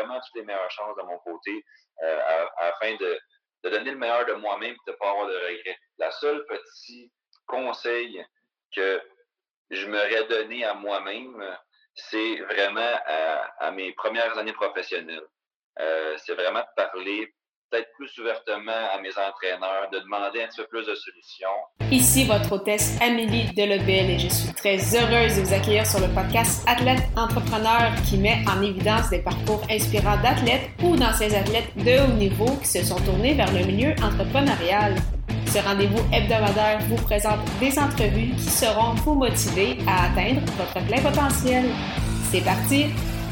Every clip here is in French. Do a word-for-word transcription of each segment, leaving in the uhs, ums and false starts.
vraiment toutes les meilleures chances de mon côté euh, à, afin de, de donner le meilleur de moi-même et de ne pas avoir de regrets. La seule petit conseil que je m'aurais donné à moi-même, c'est vraiment à, à mes premières années professionnelles. Euh, c'est vraiment de parler peut-être plus ouvertement à mes entraîneurs, de demander un petit peu plus de solutions. Ici votre hôtesse Amélie Delobel et je suis très heureuse de vous accueillir sur le podcast Athlète Entrepreneur qui met en évidence des parcours inspirants d'athlètes ou d'anciens athlètes de haut niveau qui se sont tournés vers le milieu entrepreneurial. Ce rendez-vous hebdomadaire vous présente des entrevues qui seront vous motiver à atteindre votre plein potentiel. C'est parti!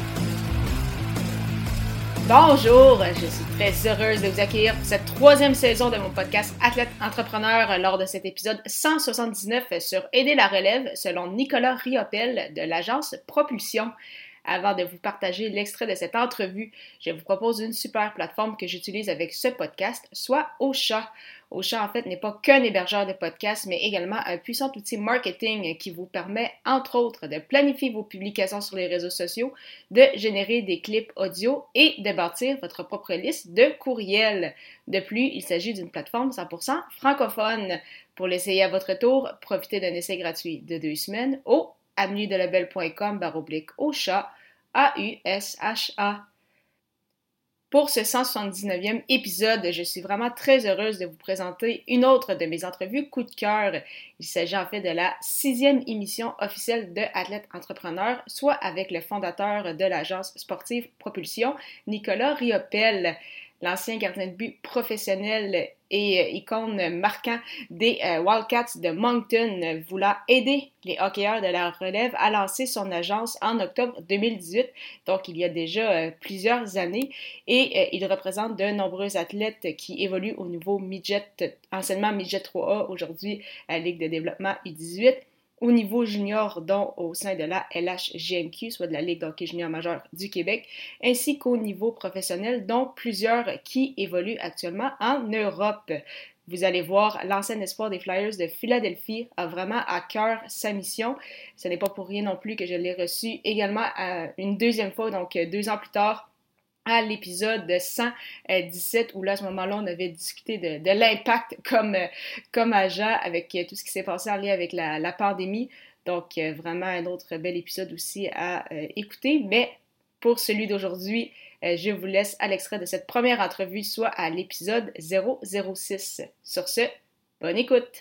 Bonjour, je suis très heureuse de vous accueillir pour cette troisième saison de mon podcast Athlète Entrepreneur lors de cet épisode cent soixante-dix-neuf sur Aider la relève selon Nicolas Riopel de l'agence Propulsion. Avant de vous partager l'extrait de cette entrevue, je vous propose une super plateforme que j'utilise avec ce podcast, soit Ocha. Ocha, en fait, n'est pas qu'un hébergeur de podcasts, mais également un puissant outil marketing qui vous permet, entre autres, de planifier vos publications sur les réseaux sociaux, de générer des clips audio et de bâtir votre propre liste de courriels. De plus, il s'agit d'une plateforme cent pour cent francophone. Pour l'essayer à votre tour, profitez d'un essai gratuit de deux semaines au avenue delobel point com baroblique Ocha, A U S H A. Pour ce cent soixante-dix-neuvième épisode, je suis vraiment très heureuse de vous présenter une autre de mes entrevues coup de cœur. Il s'agit en fait de la sixième émission officielle de Athlète Entrepreneur, soit avec le fondateur de l'agence sportive Propulsion, Nicolas Riopel. L'ancien gardien de but professionnel et euh, icône marquant des euh, Wildcats de Moncton, voulant aider les hockeyeurs de la relève à lancer son agence en octobre deux mille dix-huit, donc il y a déjà euh, plusieurs années, et euh, il représente de nombreux athlètes qui évoluent au niveau midget, anciennement midget trois A, aujourd'hui à la Ligue de développement U dix-huit, au niveau junior, dont au sein de la L H G M Q, soit de la Ligue d'hockey junior majeur du Québec, ainsi qu'au niveau professionnel, dont plusieurs qui évoluent actuellement en Europe. Vous allez voir, l'ancien espoir des Flyers de Philadelphie a vraiment à cœur sa mission. Ce n'est pas pour rien non plus que je l'ai reçu également une deuxième fois, donc deux ans plus tard, à l'épisode cent dix-sept, où là, à ce moment-là, on avait discuté de, de l'impact comme, comme agent avec tout ce qui s'est passé en lien avec la, la pandémie. Donc, vraiment un autre bel épisode aussi à euh, écouter. Mais pour celui d'aujourd'hui, euh, je vous laisse à l'extrait de cette première entrevue, soit à l'épisode zéro zéro six. Sur ce, bonne écoute!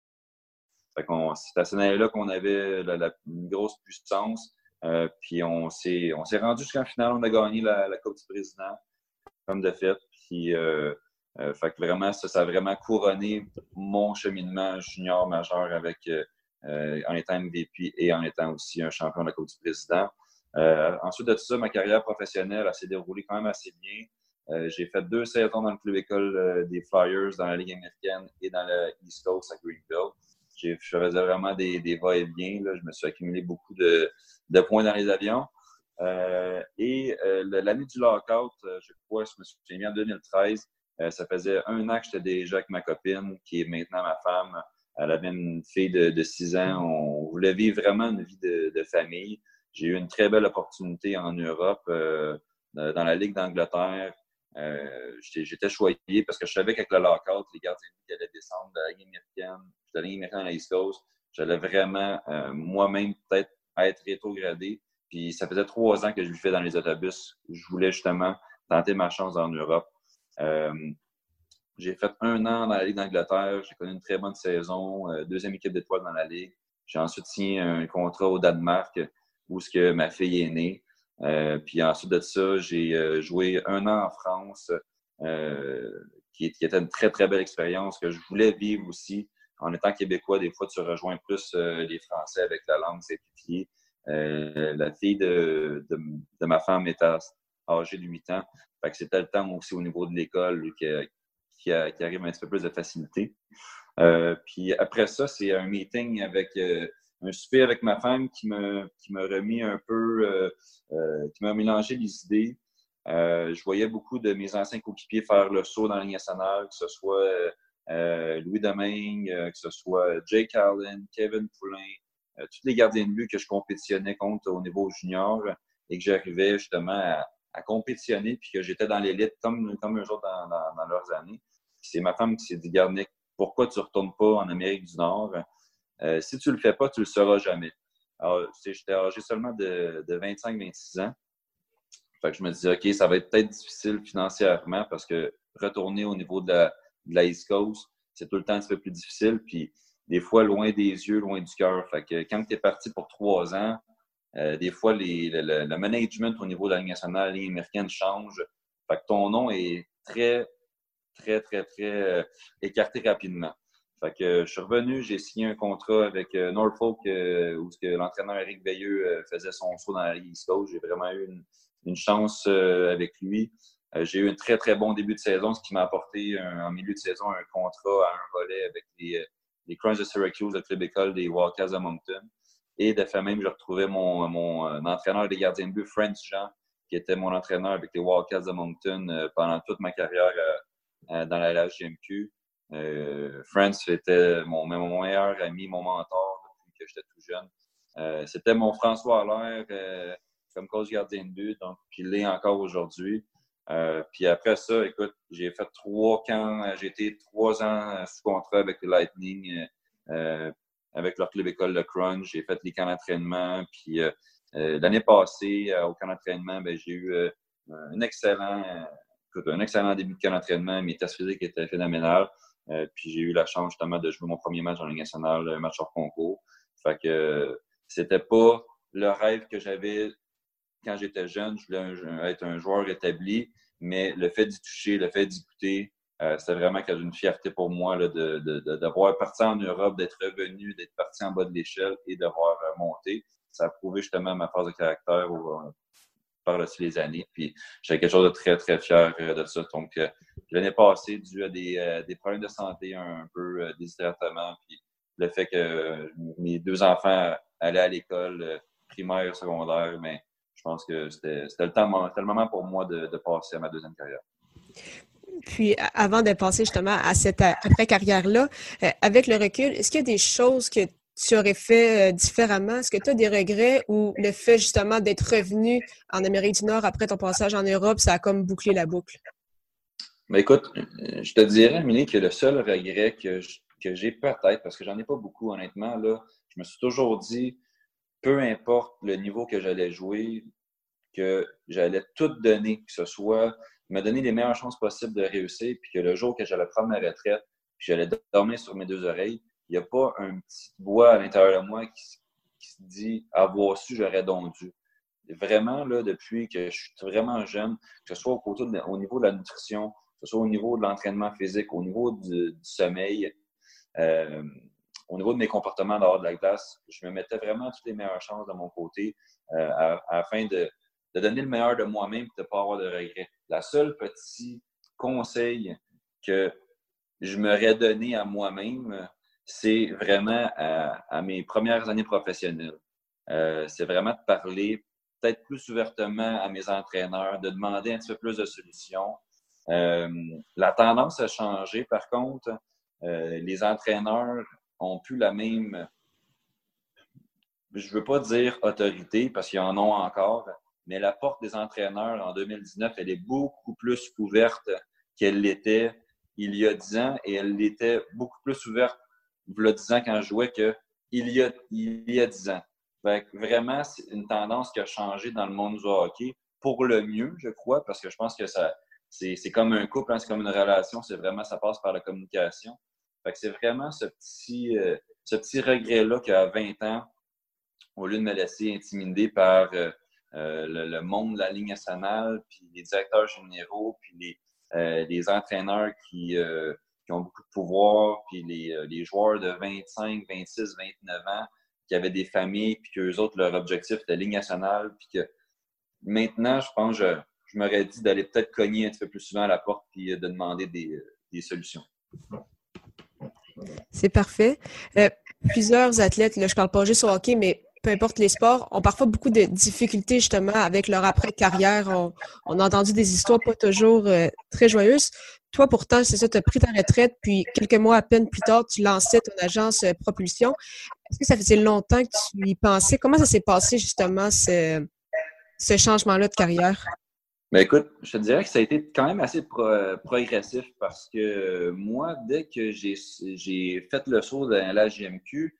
Fait qu'on, c'est à cette année-là qu'on avait la, la, une grosse puissance. Euh, puis on s'est, on s'est rendu jusqu'en finale, on a gagné la, la Coupe du Président, comme de fait. Puis, euh, euh, fait que vraiment, ça, ça a vraiment couronné mon cheminement junior majeur avec, euh, en étant M V P et en étant aussi un champion de la Coupe du Président. Euh, ensuite de tout ça, ma carrière professionnelle elle s'est déroulée quand même assez bien. Euh, j'ai fait deux saisons dans le club école euh, des Flyers dans la Ligue américaine et dans le East Coast à Greenville. J'ai, je faisais vraiment des, des va-et-vient. Là. Je me suis accumulé beaucoup de, de points dans les avions. Euh, et euh, l'année du lockout, euh, je crois, je me suis mis en deux mille treize. Euh, ça faisait un an que j'étais déjà avec ma copine, qui est maintenant ma femme. Elle avait une fille de, de six ans. On voulait vivre vraiment une vie de, de famille. J'ai eu une très belle opportunité en Europe, euh, dans la Ligue d'Angleterre. Euh, j'étais, j'étais choyé parce que je savais qu'avec le lockout, les gardiens de but qui allaient descendre de la Ligue américaine, de la Ligue américaine à l'East Coast, j'allais vraiment euh, moi-même peut-être être rétrogradé. Puis ça faisait trois ans que je vivais dans les autobus. Je voulais justement tenter ma chance en Europe. Euh, j'ai fait un an dans la Ligue d'Angleterre. J'ai connu une très bonne saison, euh, deuxième équipe d'étoiles dans la Ligue. J'ai ensuite signé un contrat au Danemark où ce que ma fille est née. Euh, puis ensuite de ça, j'ai euh, joué un an en France, euh, qui, qui était une très, très belle expérience que je voulais vivre aussi. En étant québécois, des fois, tu rejoins plus euh, les Français avec la langue simplifiée. Euh, la fille de, de, de ma femme était âgée de huit ans. Fait que c'était le temps aussi au niveau de l'école qui, qui, a, qui arrive un petit peu plus de facilité. Euh, puis après ça, c'est un meeting avec... Euh, un souper avec ma femme qui m'a qui m'a remis un peu, euh, euh, qui m'a mélangé les idées. Euh, je voyais beaucoup de mes anciens coéquipiers faire le saut dans la Ligue nationale, que ce soit euh, Louis Domingue, euh, que ce soit Jake Allen, Kevin Poulin, euh, tous les gardiens de but que je compétitionnais contre au niveau junior et que j'arrivais justement à, à compétitionner puis que j'étais dans l'élite comme, comme eux autres dans, dans, dans leurs années. Puis c'est ma femme qui s'est dit, garde Nick, pourquoi tu ne retournes pas en Amérique du Nord? Euh, si tu ne le fais pas, tu ne le sauras jamais. Alors, j'étais âgé seulement de, de vingt-cinq à vingt-six ans. Fait que je me disais, OK, ça va être peut-être difficile financièrement parce que retourner au niveau de la, de la East Coast, c'est tout le temps un petit peu plus difficile. Puis des fois, loin des yeux, loin du cœur. Fait que quand tu es parti pour trois ans, euh, des fois, les, le, le management au niveau de la Ligue nationale, la Ligue américaine change. Fait que ton nom est très, très, très, très euh, écarté rapidement. Fait que euh, je suis revenu, j'ai signé un contrat avec euh, Norfolk euh, où que l'entraîneur Éric Veilleux euh, faisait son saut dans la Ligue East Coast. J'ai vraiment eu une, une chance euh, avec lui. Euh, j'ai eu un très, très bon début de saison, ce qui m'a apporté un, en milieu de saison un contrat à un volet avec les, les Crunch de Syracuse, le club école des Wildcats de Moncton. Et de fait même, je retrouvais mon, mon euh, entraîneur des gardiens de but, Franz Jean, qui était mon entraîneur avec les Wildcats de Moncton euh, pendant toute ma carrière euh, euh, dans la L H G M Q. Euh, Franz était mon, mon meilleur ami, mon mentor depuis que j'étais tout jeune. Euh, c'était mon François Allaire euh, comme coach gardien de but, donc il l'est encore aujourd'hui. Euh, puis après ça, écoute, j'ai fait trois camps, j'ai été trois ans sous contrat avec le Lightning, euh, avec leur club école, le Crunch. J'ai fait les camps d'entraînement. Puis euh, euh, l'année passée, euh, au camp d'entraînement, ben, j'ai eu euh, un excellent, euh, écoute, un excellent début de camp d'entraînement. Mes tests physiques étaient phénoménales. Euh, puis j'ai eu la chance justement de jouer mon premier match en Ligue nationale, un match hors concours. Fait que euh, c'était pas le rêve que j'avais quand j'étais jeune. Je voulais un, être un joueur établi, mais le fait d'y toucher, le fait d'y goûter, euh, c'était vraiment une fierté pour moi là, de, de, de, d'avoir parti en Europe, d'être revenu, d'être parti en bas de l'échelle et d'avoir euh, monté. Ça a prouvé justement ma force de caractère au, euh, par-dessus les années. Puis j'avais quelque chose de très, très fier euh, de ça. Donc, euh, l'année passée, dû à des, euh, des problèmes de santé, un, un peu euh, déshydratement, puis le fait que euh, mes deux enfants allaient à l'école euh, primaire, secondaire, mais je pense que c'était, c'était, le temps, c'était le moment pour moi de, de passer à ma deuxième carrière. Puis, avant de passer justement à cette après-carrière-là, euh, avec le recul, est-ce qu'il y a des choses que tu aurais fait euh, différemment? Est-ce que tu as des regrets ou le fait justement d'être revenu en Amérique du Nord après ton passage en Europe, ça a comme bouclé la boucle? Ben écoute, je te dirais, Amélie, que le seul regret que, je, que j'ai peut-être, parce que j'en ai pas beaucoup honnêtement, là, je me suis toujours dit, peu importe le niveau que j'allais jouer, que j'allais tout donner, que ce soit me donner les meilleures chances possibles de réussir, puis que le jour que j'allais prendre ma retraite, puis j'allais dormir sur mes deux oreilles, il n'y a pas un petit bois à l'intérieur de moi qui, qui se dit « avoir su, j'aurais donc dû ». Vraiment, là, depuis que je suis vraiment jeune, que ce soit au, côté de, au niveau de la nutrition, que ce soit au niveau de l'entraînement physique, au niveau du, du sommeil, euh, au niveau de mes comportements dehors de la glace, je me mettais vraiment toutes les meilleures chances de mon côté euh, à, afin de, de donner le meilleur de moi-même et de ne pas avoir de regrets. La seule petit conseil que je m'aurais donné à moi-même, c'est vraiment à, à mes premières années professionnelles. Euh, c'est vraiment de parler peut-être plus ouvertement à mes entraîneurs, de demander un petit peu plus de solutions. Euh, la tendance a changé, par contre. Euh, les entraîneurs ont plus la même, je ne veux pas dire autorité, parce qu'ils en ont encore, mais la porte des entraîneurs en deux mille dix-neuf, elle est beaucoup plus ouverte qu'elle l'était il y a dix ans, et elle l'était beaucoup plus ouverte il y a dix ans quand je jouais qu'il y a, il y a dix ans. Fait que vraiment, c'est une tendance qui a changé dans le monde du hockey pour le mieux, je crois, parce que je pense que ça, c'est, c'est comme un couple, hein, c'est comme une relation, c'est vraiment, ça passe par la communication. Fait que c'est vraiment ce petit, euh, ce petit regret-là qu'à vingt ans, au lieu de me laisser intimider par euh, euh, le, le monde de la Ligue nationale, puis les directeurs généraux, puis les, euh, les entraîneurs qui, euh, qui ont beaucoup de pouvoir, puis les, euh, les joueurs de vingt-cinq, vingt-six, vingt-neuf ans qui avaient des familles, puis qu'eux autres, leur objectif était la Ligue nationale, puis que maintenant, je pense, je, je m'aurais dit d'aller peut-être cogner un petit peu plus souvent à la porte, puis de demander des, des solutions. C'est parfait. Euh, plusieurs athlètes, là, je parle pas juste au hockey, mais peu importe les sports, ont parfois beaucoup de difficultés justement avec leur après-carrière. On, on a entendu des histoires pas toujours euh, très joyeuses. Toi, pourtant, c'est ça, tu as pris ta retraite, puis quelques mois à peine plus tard, tu lançais ton agence euh, Propulsion. Est-ce que ça faisait longtemps que tu y pensais? Comment ça s'est passé justement, ce, ce changement-là de carrière? Ben écoute, je te dirais que ça a été quand même assez pro- progressif parce que moi, dès que j'ai, j'ai fait le saut dans la G M Q,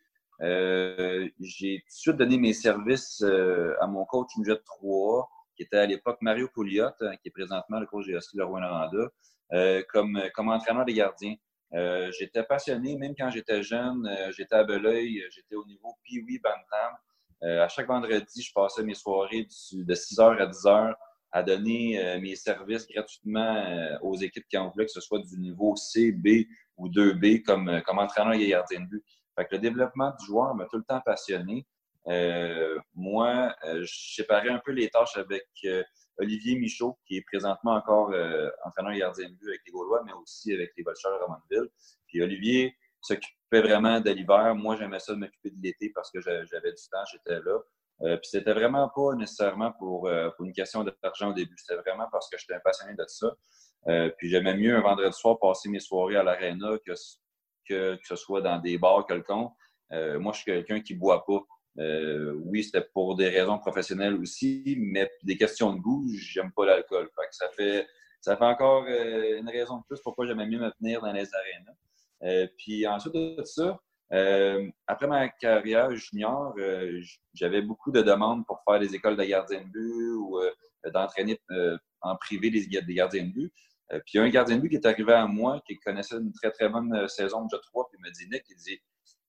euh, j'ai tout de suite donné mes services euh, à mon coach Midget trois, qui était à l'époque Mario Pouliot, hein, qui est présentement le coach des Huskies de Rouen-Noranda, euh, comme, comme entraîneur des gardiens. Euh, j'étais passionné, même quand j'étais jeune, euh, j'étais à Belœil, j'étais au niveau Pee-Wee Bantam. Euh, à chaque vendredi, je passais mes soirées du, de six heures à dix heures à donner euh, mes services gratuitement euh, aux équipes qui en voulaient, que ce soit du niveau C, B ou deux B comme, euh, comme entraîneur et gardien de but. Fait que le développement du joueur m'a tout le temps passionné. Euh, moi, euh, je séparais un peu les tâches avec euh, Olivier Michaud, qui est présentement encore euh, entraîneur et gardien de but avec les Gaulois, mais aussi avec les Voltigeurs de Drummondville. Puis Olivier s'occupait vraiment de l'hiver. Moi, j'aimais ça de m'occuper de l'été parce que j'avais du temps, j'étais là. Euh, puis c'était vraiment pas nécessairement pour, euh, pour une question d'argent au début. C'était vraiment parce que j'étais passionné de ça. Euh, puis j'aimais mieux un vendredi soir passer mes soirées à l'aréna que, que, que ce soit dans des bars quelconques. Euh, moi, je suis quelqu'un qui boit pas. Euh, oui, c'était pour des raisons professionnelles aussi, mais des questions de goût, j'aime pas l'alcool. Fait que ça fait, ça fait encore euh, une raison de plus pourquoi j'aimais mieux me tenir dans les arénas. Euh, puis ensuite de ça, Euh, après ma carrière junior, euh, j'avais beaucoup de demandes pour faire des écoles de gardiens de but ou euh, d'entraîner euh, en privé des, des gardiens de but. Euh, puis il y a un gardien de but qui est arrivé à moi, qui connaissait une très, très bonne saison de J trois, puis il me dit, Nick, il dit,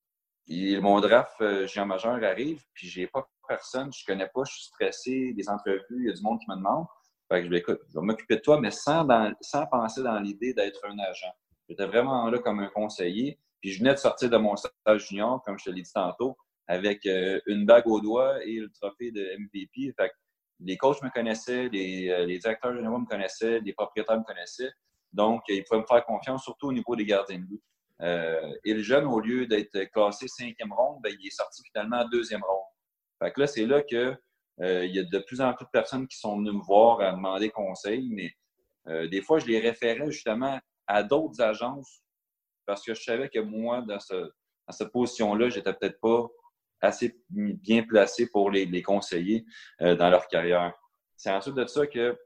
il, mon draft euh, junior majeur arrive, puis j'ai pas personne, je connais pas, je suis stressé, des entrevues, il y a du monde qui me demande. Fait que je vais, écoute, je vais m'occuper de toi, mais sans, dans, sans penser dans l'idée d'être un agent. J'étais vraiment là comme un conseiller. Puis je venais de sortir de mon stage junior, comme je te l'ai dit tantôt, avec euh, une bague au doigt et le trophée de M V P. Fait que les coachs me connaissaient, les, euh, les directeurs généraux me connaissaient, les propriétaires me connaissaient. Donc, ils pouvaient me faire confiance, surtout au niveau des gardiens de but. Euh, et le jeune, au lieu d'être classé cinquième ronde, ben, il est sorti finalement en deuxième ronde. Fait que là, c'est là que euh, il y a de plus en plus de personnes qui sont venues me voir à demander conseil, mais euh, des fois, je les référais justement à d'autres agences parce que je savais que moi, dans, ce, dans cette position-là, j'étais peut-être pas assez bien placé pour les, les conseiller euh, dans leur carrière. C'est ensuite de ça que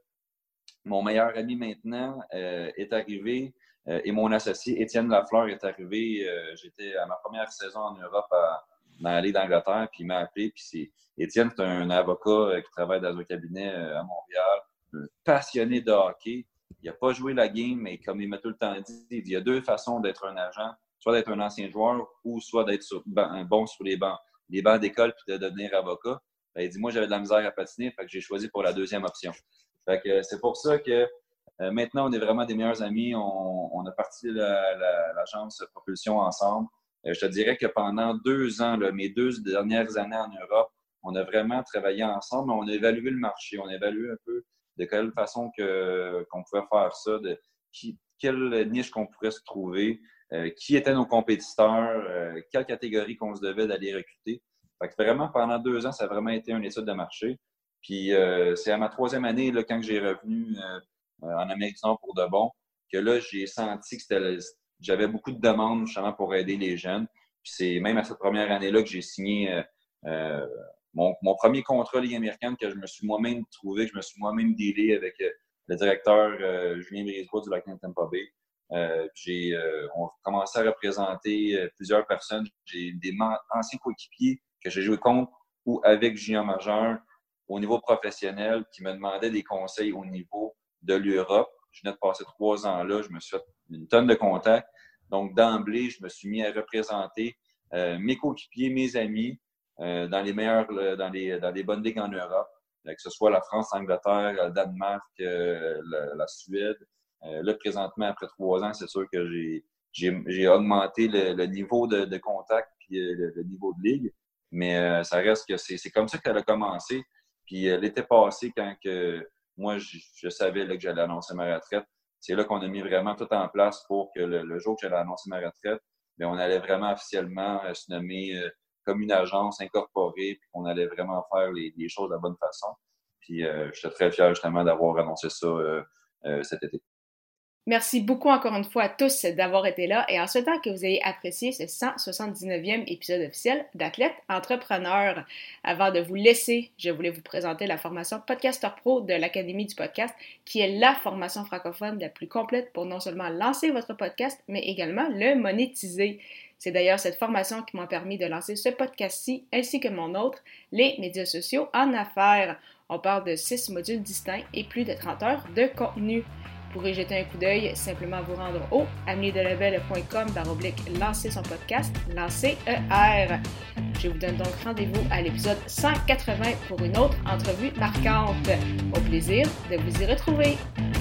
mon meilleur ami maintenant euh, est arrivé euh, et mon associé Étienne Lafleur est arrivé. Euh, j'étais à ma première saison en Europe à, dans la Ligue d'Angleterre, puis il m'a appelé. Puis c'est, Étienne, c'est un avocat euh, qui travaille dans un cabinet euh, à Montréal, un passionné de hockey. Il n'a pas joué la game, mais comme il m'a tout le temps dit, il dit, il y a deux façons d'être un agent, soit d'être un ancien joueur ou soit d'être sur, ben, bon sur les bancs, les bancs d'école puis de devenir avocat. Ben, il dit, moi, j'avais de la misère à patiner, fait que j'ai choisi pour la deuxième option. Fait que c'est pour ça que euh, maintenant, on est vraiment des meilleurs amis. On, on a parti la, la, l'agence Propulsion ensemble. Euh, je te dirais que pendant deux ans, là, mes deux dernières années en Europe, on a vraiment travaillé ensemble. On a évalué le marché. On a évalué un peu de quelle façon que, qu'on pouvait faire ça, de qui, quelle niche qu'on pourrait se trouver, euh, qui étaient nos compétiteurs, euh, quelle catégorie qu'on se devait d'aller recruter. Fait que vraiment, pendant deux ans, ça a vraiment été une étude de marché. Puis euh, c'est à ma troisième année, là, quand j'ai revenu euh, en Amérique du Nord pour de bon, que là, j'ai senti que c'était, j'avais beaucoup de demandes justement pour aider les jeunes. Puis c'est même à cette première année-là que j'ai signé euh, euh, mon, mon premier contrat Ligue américaine que je me suis moi-même trouvé, que je me suis moi-même dealé avec euh, le directeur euh, Julien Brisebois du Lightning Tampa Bay. Euh, j'ai, euh, on commençait à représenter euh, plusieurs personnes. J'ai des man- anciens coéquipiers que j'ai joué contre ou avec junior majeur au niveau professionnel qui me demandaient des conseils au niveau de l'Europe. Je venais de passer trois ans là, je me suis fait une tonne de contacts. Donc, d'emblée, je me suis mis à représenter euh, mes coéquipiers, mes amis euh, dans les meilleurs, dans les, dans les bonnes ligues en Europe, que ce soit la France, l'Angleterre, le Danemark, euh, la, la Suède. Euh, là, présentement, après trois ans, c'est sûr que j'ai, j'ai, j'ai augmenté le, le niveau de, de contact puis le, le niveau de ligue. Mais euh, ça reste que c'est, c'est comme ça qu'elle a commencé. Puis euh, l'été passé, quand que moi, je, je savais là, que j'allais annoncer ma retraite, c'est là qu'on a mis vraiment tout en place pour que le, le jour que j'allais annoncer ma retraite, bien, on allait vraiment officiellement euh, se nommer euh, comme une agence incorporée, puis qu'on allait vraiment faire les, les choses de la bonne façon. Puis euh, j'étais très fier justement d'avoir annoncé ça euh, euh, cet été. Merci beaucoup encore une fois à tous d'avoir été là et en souhaitant que vous ayez apprécié ce cent soixante-dix-neuvième épisode officiel d'Athlète Entrepreneur. Avant de vous laisser, je voulais vous présenter la formation Podcaster Pro de l'Académie du podcast, qui est la formation francophone la plus complète pour non seulement lancer votre podcast, mais également le monétiser. C'est d'ailleurs cette formation qui m'a permis de lancer ce podcast-ci, ainsi que mon autre, les médias sociaux en affaires. On parle de six modules distincts et plus de trente heures de contenu. Vous pourrez jeter un coup d'œil, simplement vous rendre au ameliedelabel point com baroblique lancer son podcast, lancer E R. Je vous donne donc rendez-vous à l'épisode cent quatre-vingts pour une autre entrevue marquante. Au plaisir de vous y retrouver.